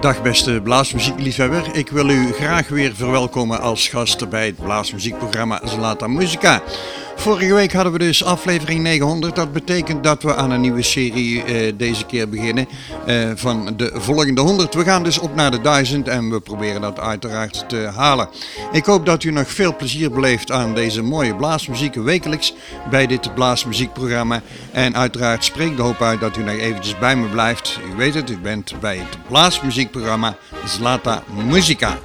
Dag beste blaasmuziekliefhebber, ik wil u graag weer verwelkomen als gast bij het blaasmuziekprogramma Zlata Muzica. Vorige week hadden we dus aflevering 900, dat betekent dat we aan een nieuwe serie deze keer beginnen van de volgende 100. We gaan dus op naar de 1000 en we proberen dat uiteraard te halen. Ik hoop dat u nog veel plezier beleeft aan deze mooie blaasmuziek wekelijks bij dit blaasmuziekprogramma. En uiteraard spreek de hoop uit dat u nog eventjes bij me blijft. U weet het, u bent bij het blaasmuziekprogramma Zlata Muzica.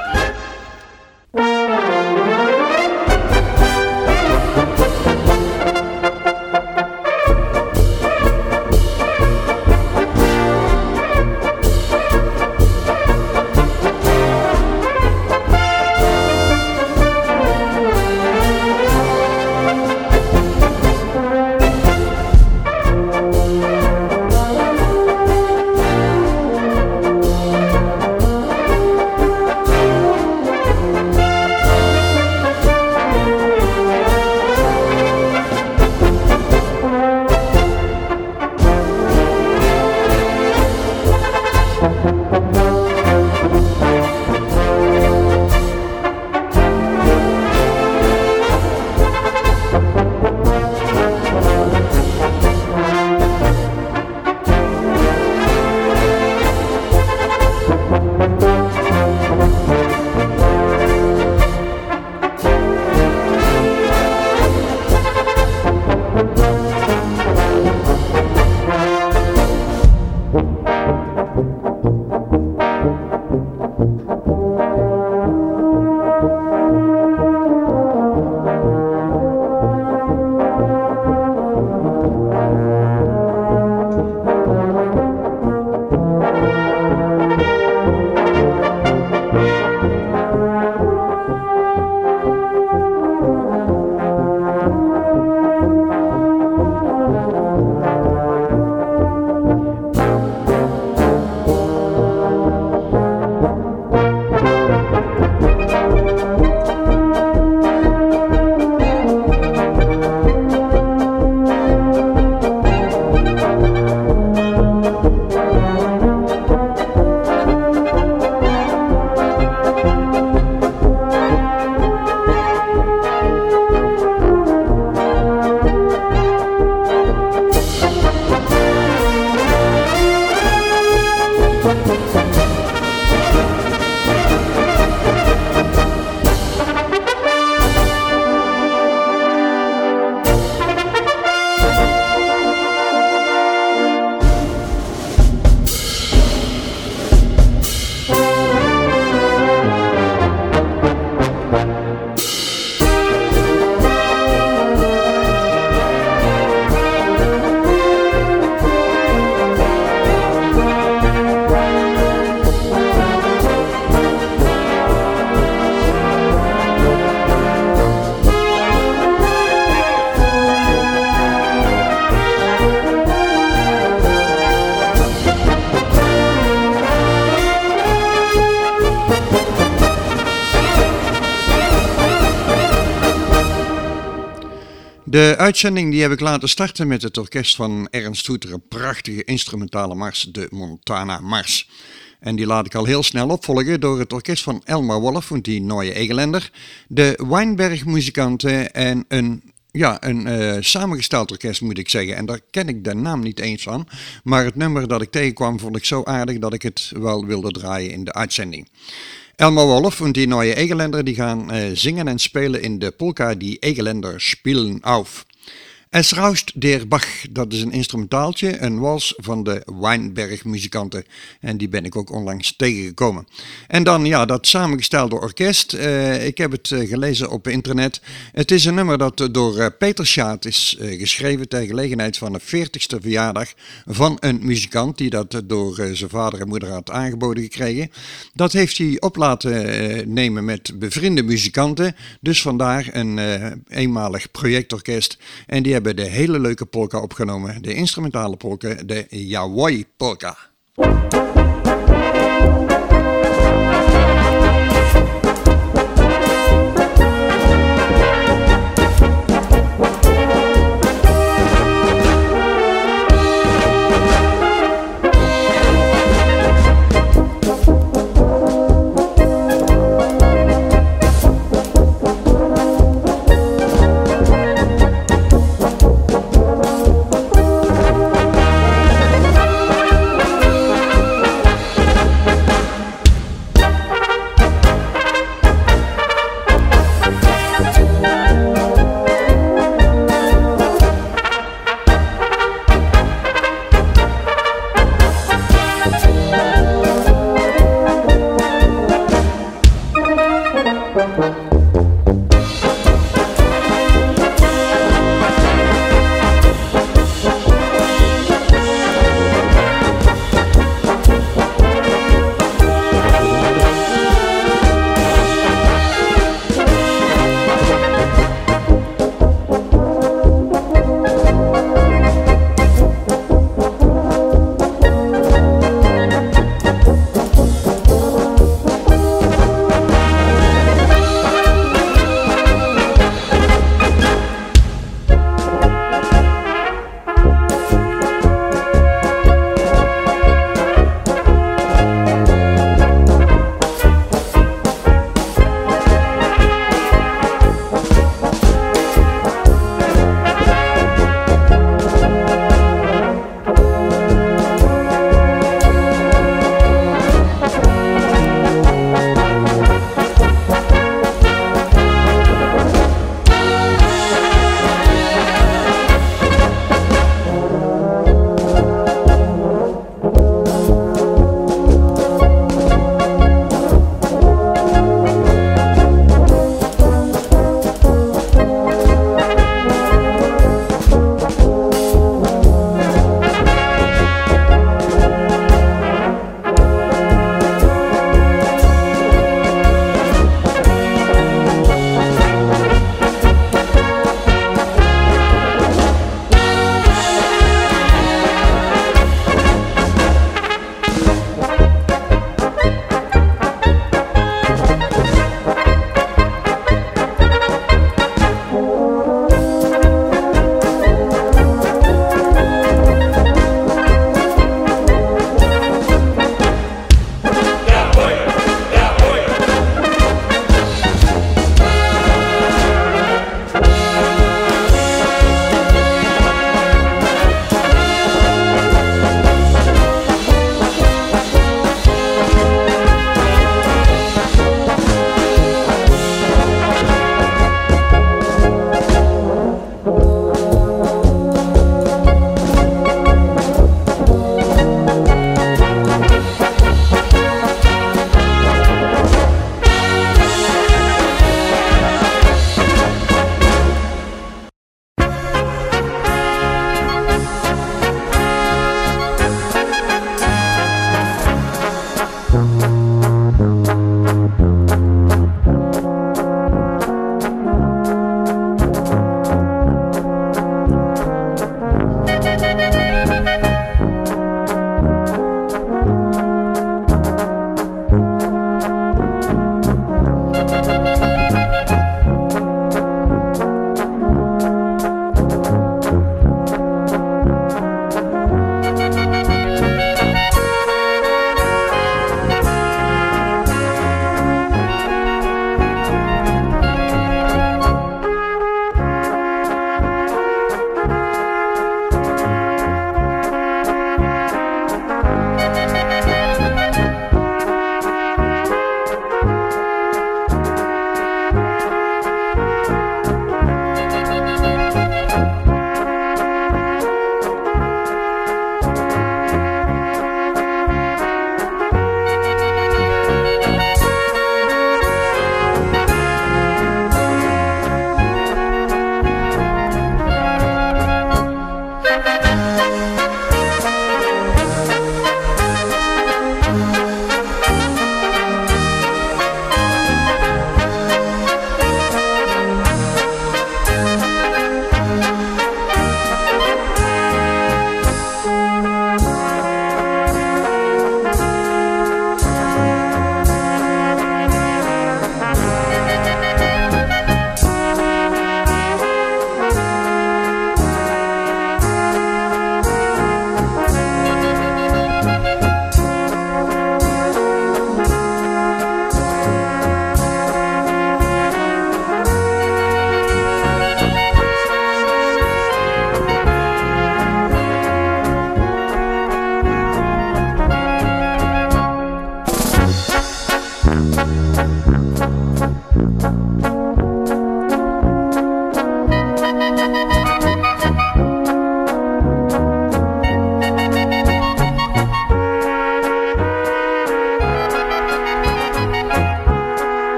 De uitzending die heb ik laten starten met het orkest van Ernst Hoeter, een prachtige instrumentale mars, de Montana Mars. En die laat ik al heel snel opvolgen door het orkest van Elmar Wolff, die Neue Egeländer, de Weinberg-muzikanten en een samengesteld orkest moet ik zeggen. En daar ken ik de naam niet eens van. Maar het nummer dat ik tegenkwam vond ik zo aardig dat ik het wel wilde draaien in de uitzending. Elmar Wolff en die Neue Egeländer die gaan zingen en spelen in de polka Die Egeländer spielen auf. Es rauscht der Bach, dat is een instrumentaaltje, een wals van de Weinberg-muzikanten. En die ben ik ook onlangs tegengekomen. En dan dat samengestelde orkest. Ik heb het gelezen op internet. Het is een nummer dat door Peter Schaat is geschreven ter gelegenheid van de 40ste verjaardag van een muzikant die dat door zijn vader en moeder had aangeboden gekregen. Dat heeft hij op laten nemen met bevriende muzikanten. Dus vandaar een eenmalig projectorkest. En die hebben de hele leuke polka opgenomen. De instrumentale polka, de Jawoy polka.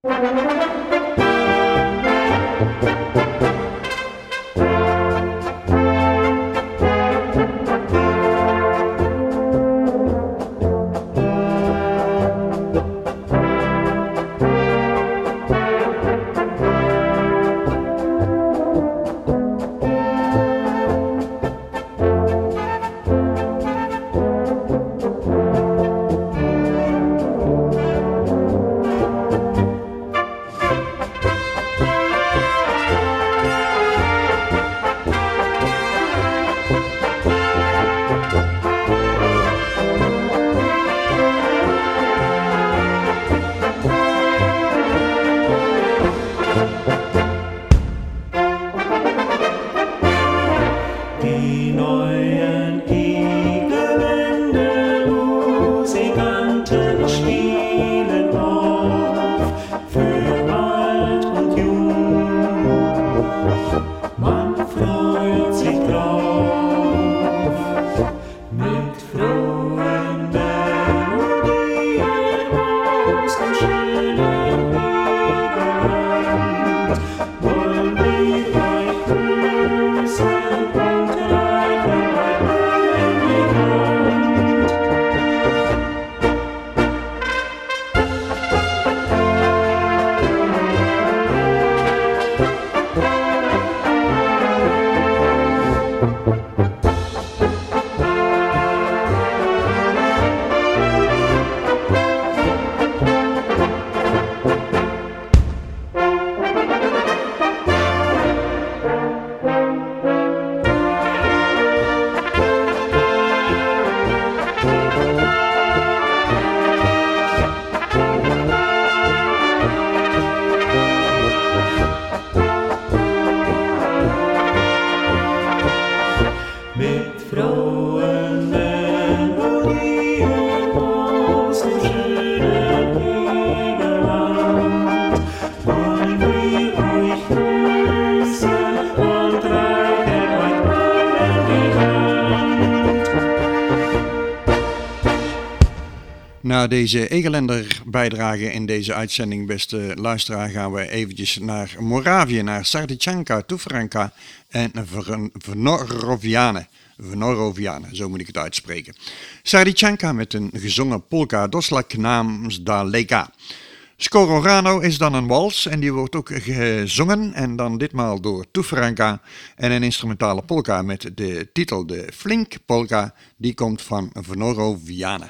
Na deze Egelender bijdrage in deze uitzending, beste luisteraar, gaan we eventjes naar Moravië, naar Sardichanka, Tufranka en Vnoroviane, zo moet ik het uitspreken. Sardichanka met een gezongen polka Doslak namens Daleka. Skororano is dan een wals en die wordt ook gezongen en dan ditmaal door Tufranka en een instrumentale polka met de titel de Flink Polka, die komt van Vnoroviane.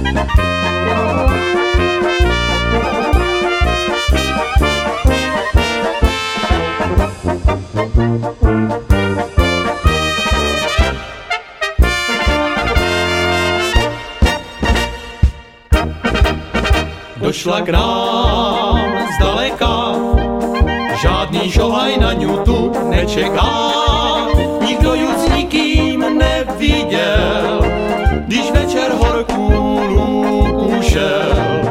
Došla k nám zdaleka, žádný šohaj na ňu tu nečeká. Nikdo ju s nikým neviděl, když večer horkou lůku šel.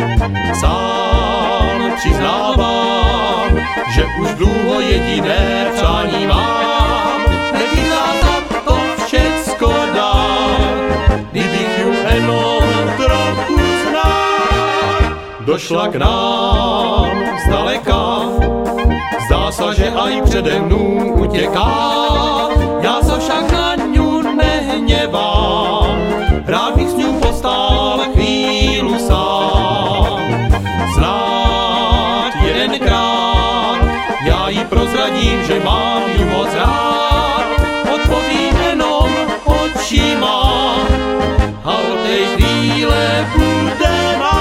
Sám přiznávám, že už dlouho jediné přání mám. Nevidná za to všecko dát, kdybych ju jenom trochu znal. Došla k nám zdaleka, zdá se, že aj přede mnou utěká. Já se však na ňu nehněvám, rád bych s ňu postál chvílu sám. Snad jedenkrát já jí prozradím, že mám jí moc rád. Odpovím jenom očima a od té chvíle bude má.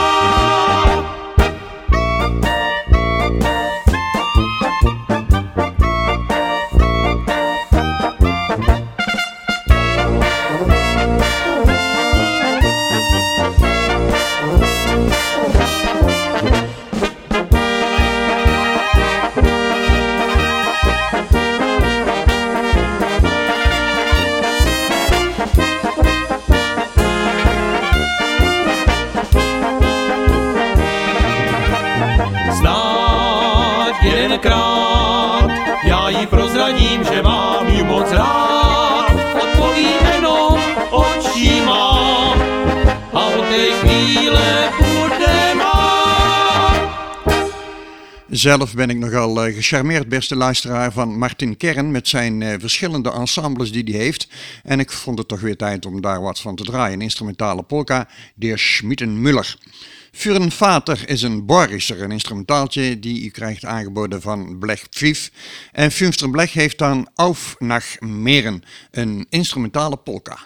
Jedenkrát já jí prozradím, že mám jí moc rád. Odpovím jenom očima a od té chvíle bude má. Zelf ben ik nogal gecharmeerd, beste luisteraar, van Martin Kern met zijn verschillende ensembles die hij heeft. En ik vond het toch weer tijd om daar wat van te draaien. Een instrumentale polka, Der Schmiedenmüller. Für een Vater is een Borischer, een instrumentaaltje die u krijgt aangeboden van Blech Pfiff. En Fünfter Blech heeft dan Auf nach Meren, een instrumentale polka.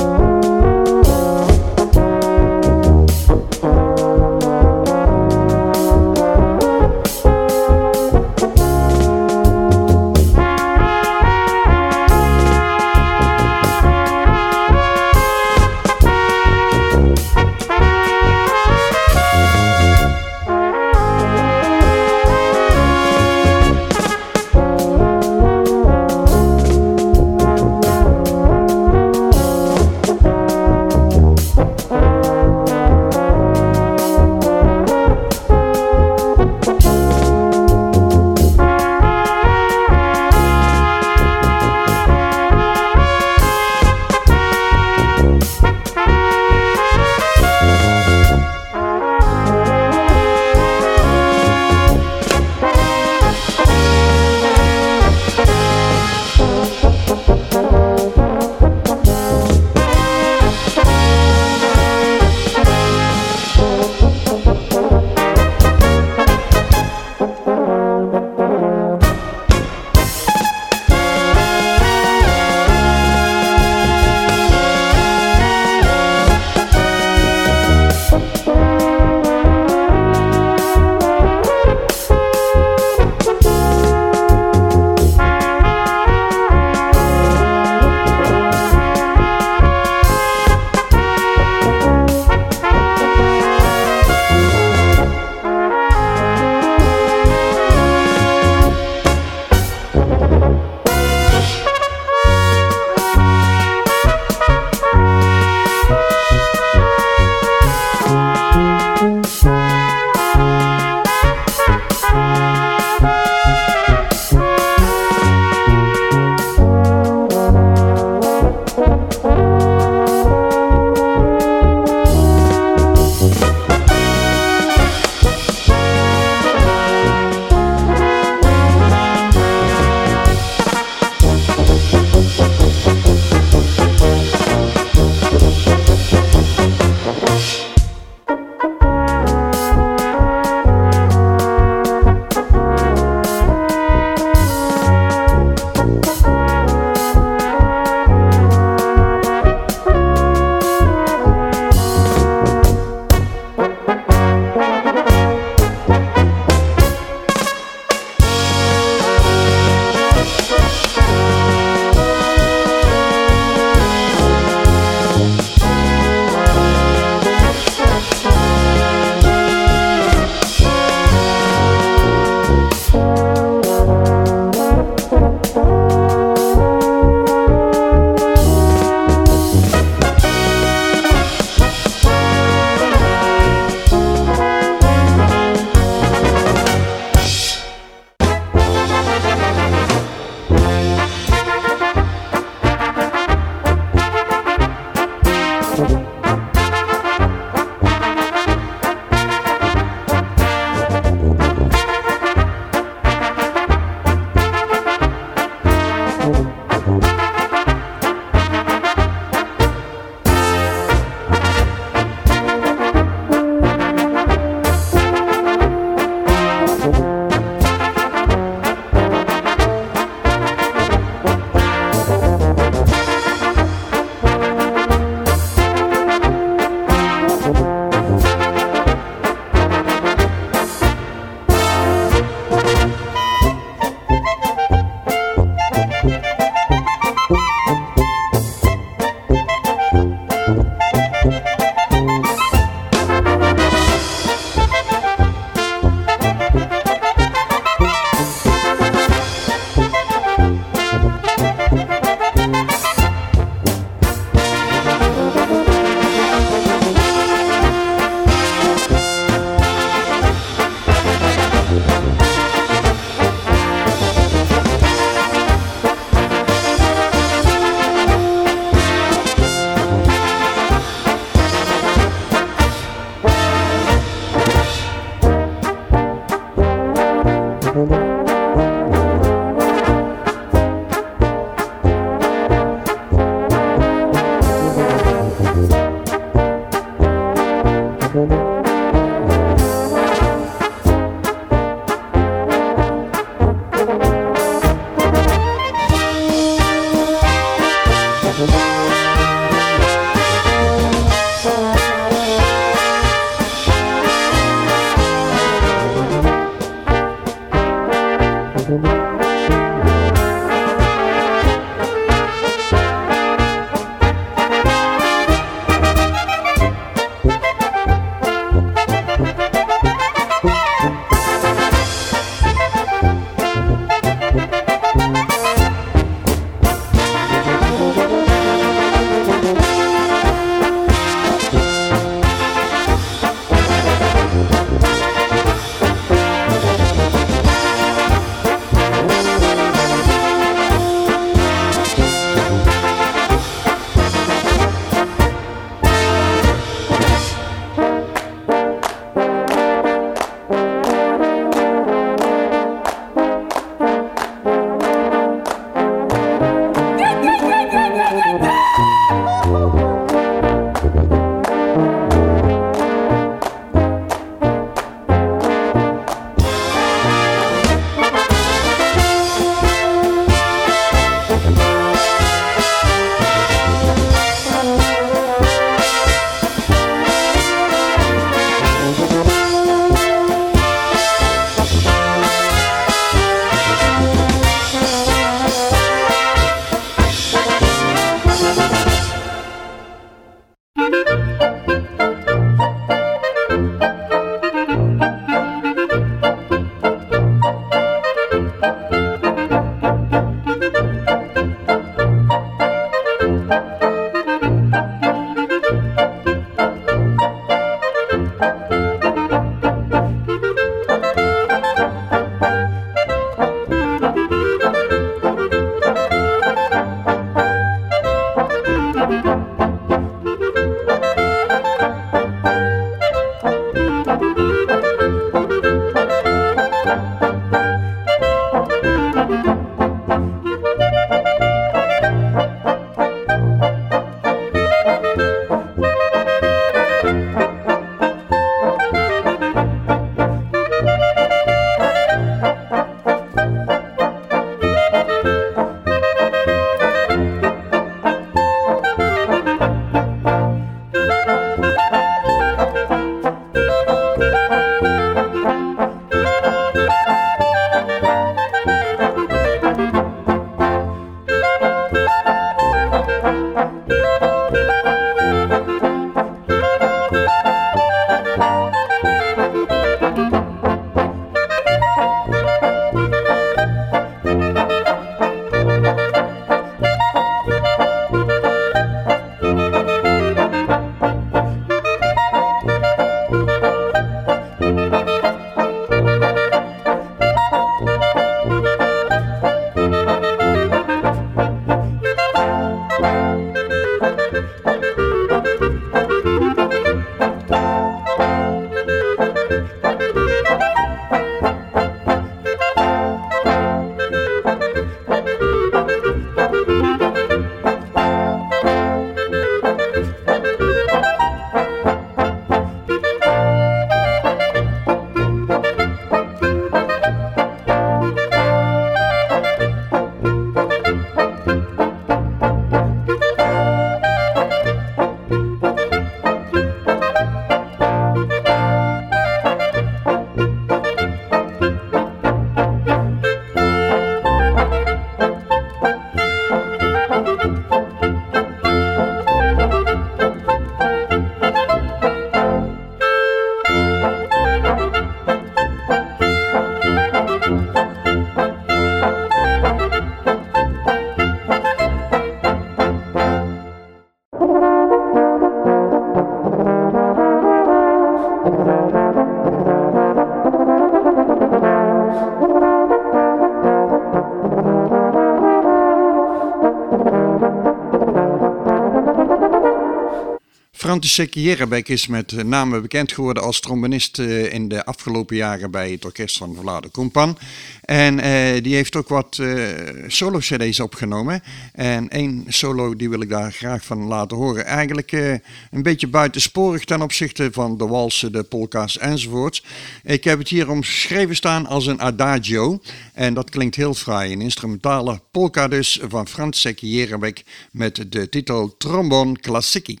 František Jerabek is met name bekend geworden als trombonist in de afgelopen jaren bij het orkest van Vlado Kumpan. En die heeft ook wat solo-cd's opgenomen. En één solo die wil ik daar graag van laten horen. Eigenlijk een beetje buitensporig ten opzichte van de walsen, de polka's enzovoorts. Ik heb het hier omschreven staan als een adagio. En dat klinkt heel fraai. Een instrumentale polka dus van František Jerabek met de titel Trombon Klassiki.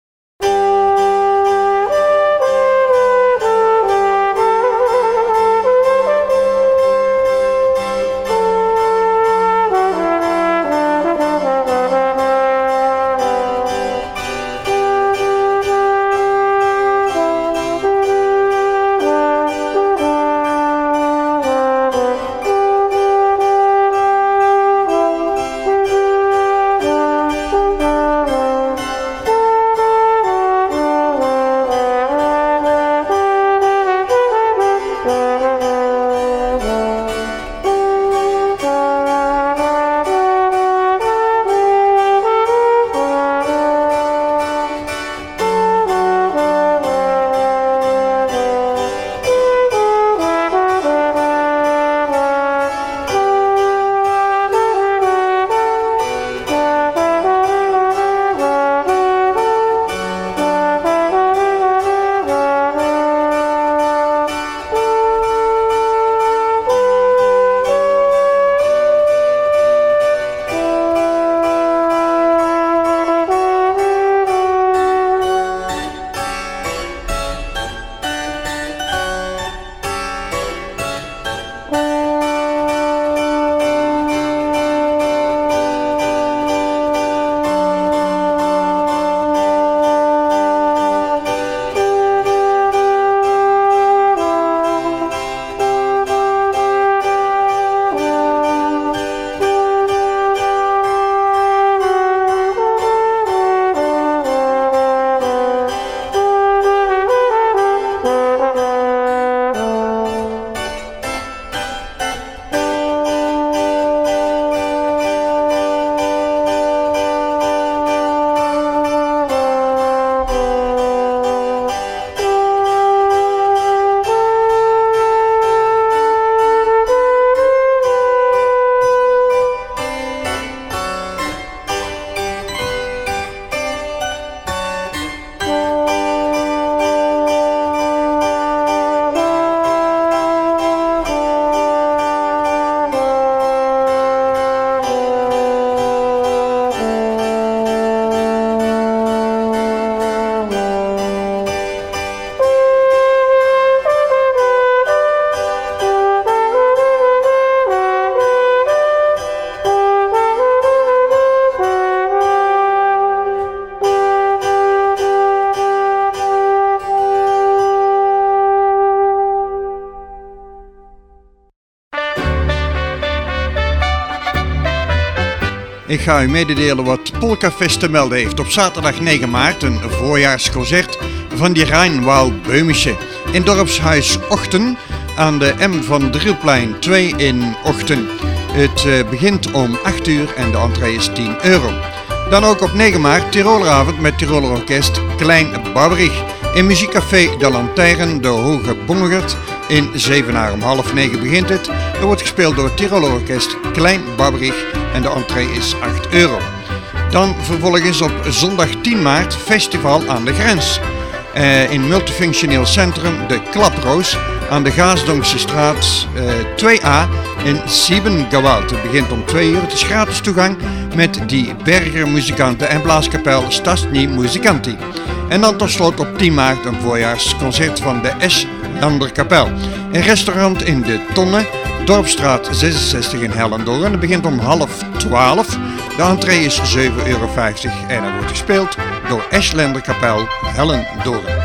Ik ga u mededelen wat Polkafest te melden heeft. Op zaterdag 9 maart een voorjaarsconcert van die Rheinwald Böhmische in dorpshuis Ochten aan de M van Drielplein 2 in Ochten. Het begint om 8 uur en de entree is €10. Dan ook op 9 maart Tiroleravond met Tiroler Orkest Klein Babberich in muziekcafé De Lantern, de Hoge Bongert in Zevenaar. Om 8:30 begint het. Er wordt gespeeld door Tiroler Orkest Klein Babberich en de entree is €8. Dan vervolgens op zondag 10 maart Festival aan de Grens. In multifunctioneel centrum De Klaproos aan de Gaasdonkse straat 2A in Siebengewalt. Het begint om 2 uur. Het is gratis toegang met die Berger muzikanten en blaaskapel Stasny Muzikanti. En dan tot slot op 10 maart een voorjaarsconcert van de Eschlanderkapel. Een restaurant in de Tonne, Dorpstraat 66 in Hellendoorn. Het begint om 11:30. De entree is €7,50 en er wordt gespeeld door Eschlanderkapel Hellendoorn.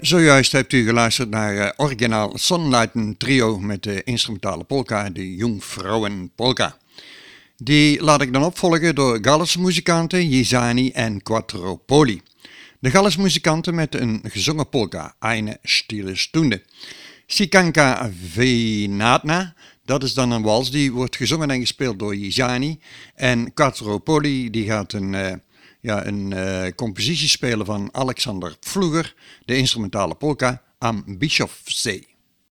Zojuist hebt u geluisterd naar originaal Sonnenleiten trio met de instrumentale polka, de Jungfrauenpolka. Die laat ik dan opvolgen door Gallese muzikanten Jizani en Quattro Poli. De Gallese muzikanten met een gezongen polka, Eine stille Stunde. Sikanka Venatna, dat is dan een wals, die wordt gezongen en gespeeld door Jizani. En Quattro Poli, die gaat een compositie spelen van Alexander Pfluger, de instrumentale polka Am Bischofszee.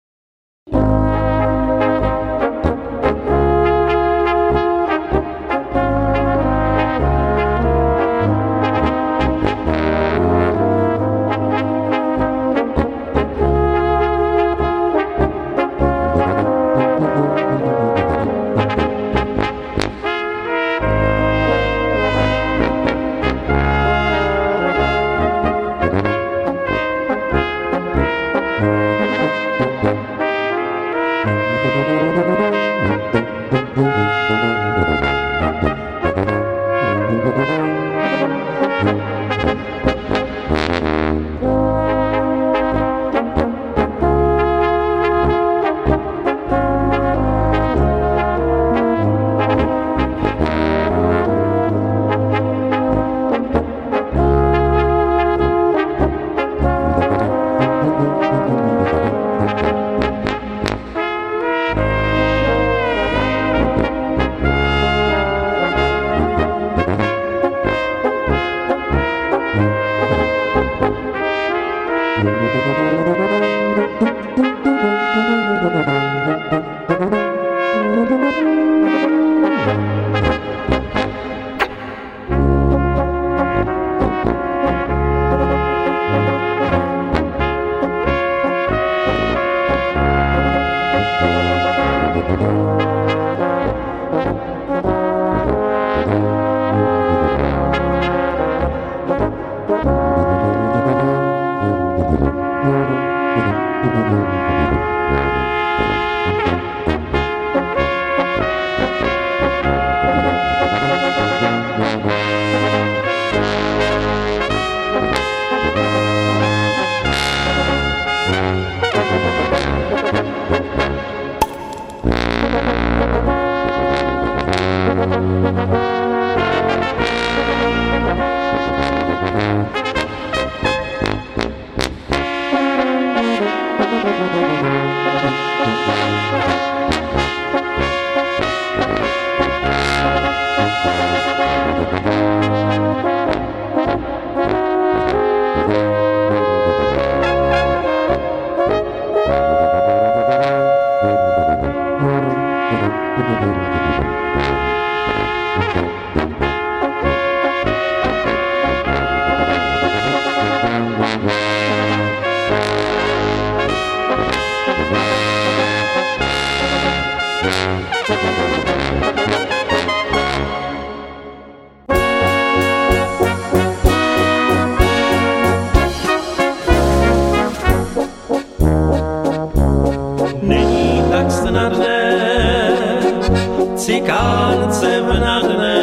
Cikánce vnadné,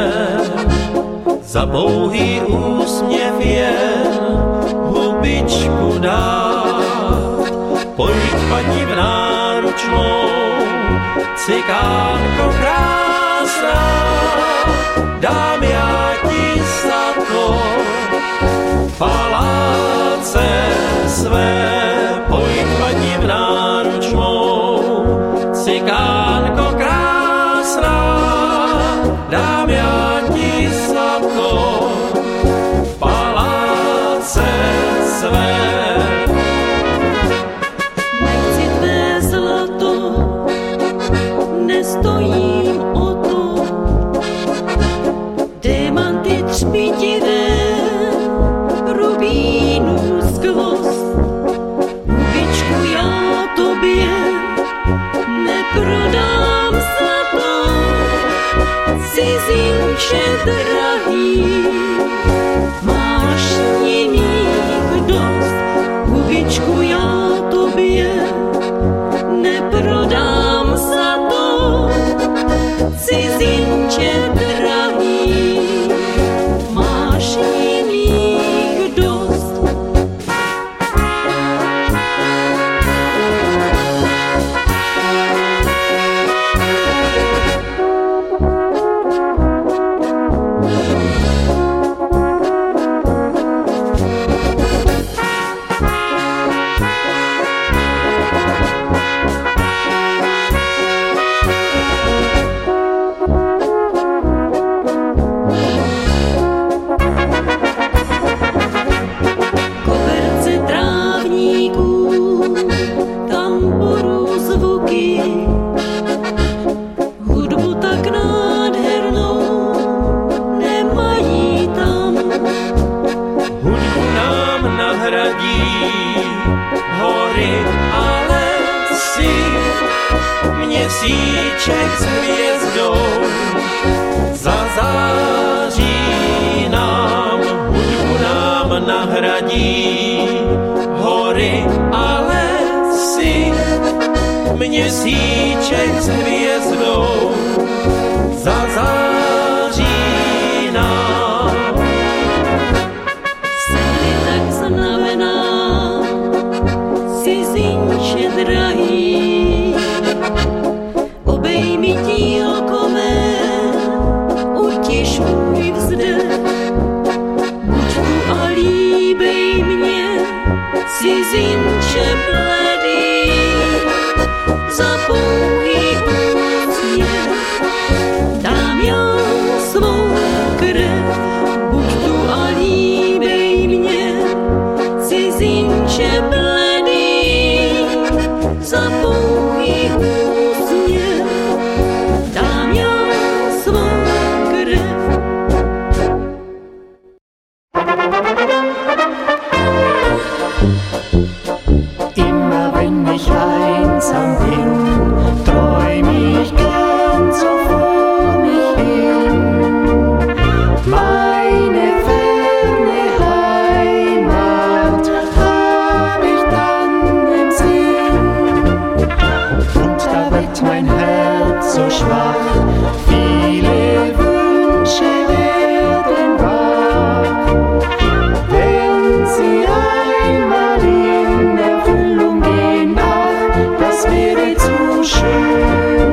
za pouhý úsměv jen hubičku dát. Pojď padni v náruč mou, cikánko krásná, dám já ti sako, paláce své. Pojď padni v náruč mou, cikánko krásná, dám já ti sladko, paláce své. Nechci tvé zlato, nestojím o to, dej měsíček s hvězdou zazáří nám, hudbu nám nahradí hory a lesy. Měsíček s hvězdou zazáří nám. Srdce tak znamená si zinče drahý, obejmi dílko mé, utiš můj vzdech, buď tu a líbej mě, si zinče bledý, za pouhý úsměv dám já svou krev, buď tu a líbej mě, cizinče bledý, za pouhý úsměv dám já svou krev. Immer wenn ich einsam bin, träum ich gern so vor mich hin. Meine ferne Heimat hab ich dann im Sinn. Und da wird mein Herz so schwach, viele Wünsche werden wahr. Wenn sie einmal in Erfüllung gehen, ach, das wäre zu schön.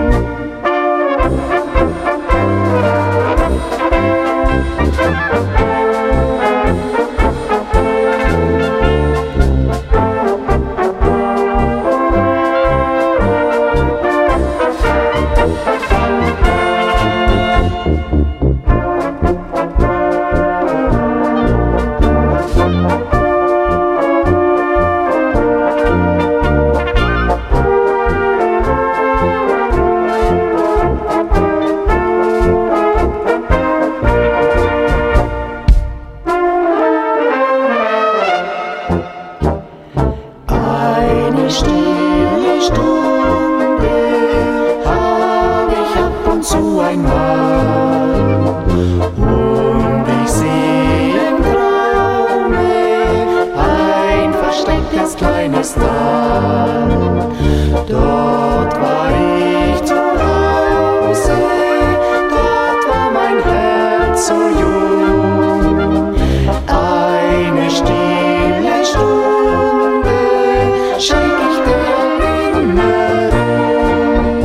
Eine stille Stunde hab ich ab und zu einmal, und ich seh im Traume ein verstecktes kleines Tal. Dort war ich zu Hause, dort war mein Herz so jung. Eine stille Stunde schenk ich der Erinnerung.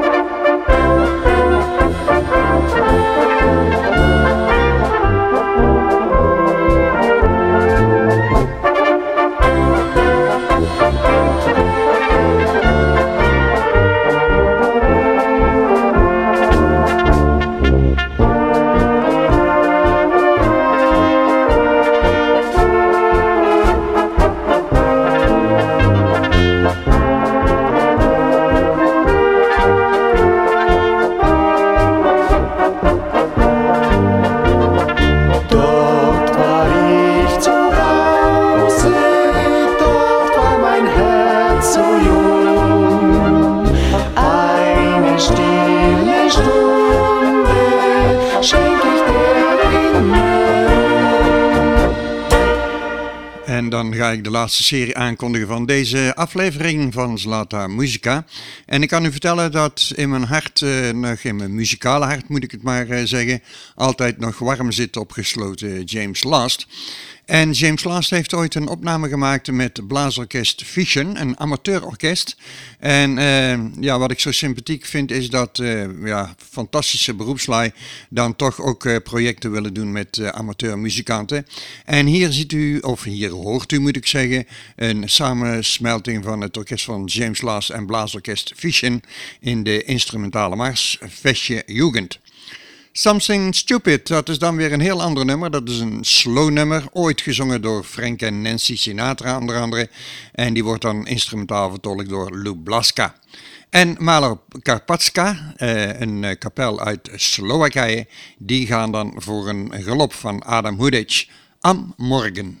En dan ga ik de laatste serie aankondigen van deze aflevering van Zlata Muzika. En ik kan u vertellen dat in mijn hart, nog in mijn muzikale hart moet ik het maar zeggen, altijd nog warm zit opgesloten James Last. En James Last heeft ooit een opname gemaakt met blaasorkest Vision, een amateurorkest. En wat ik zo sympathiek vind is dat fantastische beroepslui dan toch ook projecten willen doen met amateurmuzikanten. En hier hoort u moet ik zeggen, een samensmelting van het orkest van James Last en blaasorkest Vision in de instrumentale mars Fesche Jugend. Something Stupid, dat is dan weer een heel ander nummer. Dat is een slow nummer, ooit gezongen door Frank en Nancy Sinatra onder andere. En die wordt dan instrumentaal vertolkt door Lou Blaska. En Malor Karpatska, een kapel uit Slowakije, die gaan dan voor een galop van Adam Hudic. Am Morgen.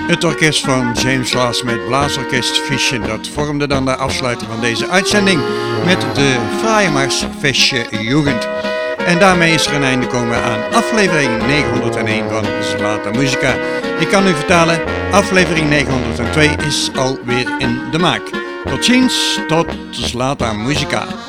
Het orkest van James Last met blaasorkest Fische, dat vormde dan de afsluiter van deze uitzending met de fraaie mars Fesche Jugend. En daarmee is er een einde komen aan aflevering 901 van Zlata Musica. Ik kan u vertellen, aflevering 902 is alweer in de maak. Tot ziens, tot Zlata Musica.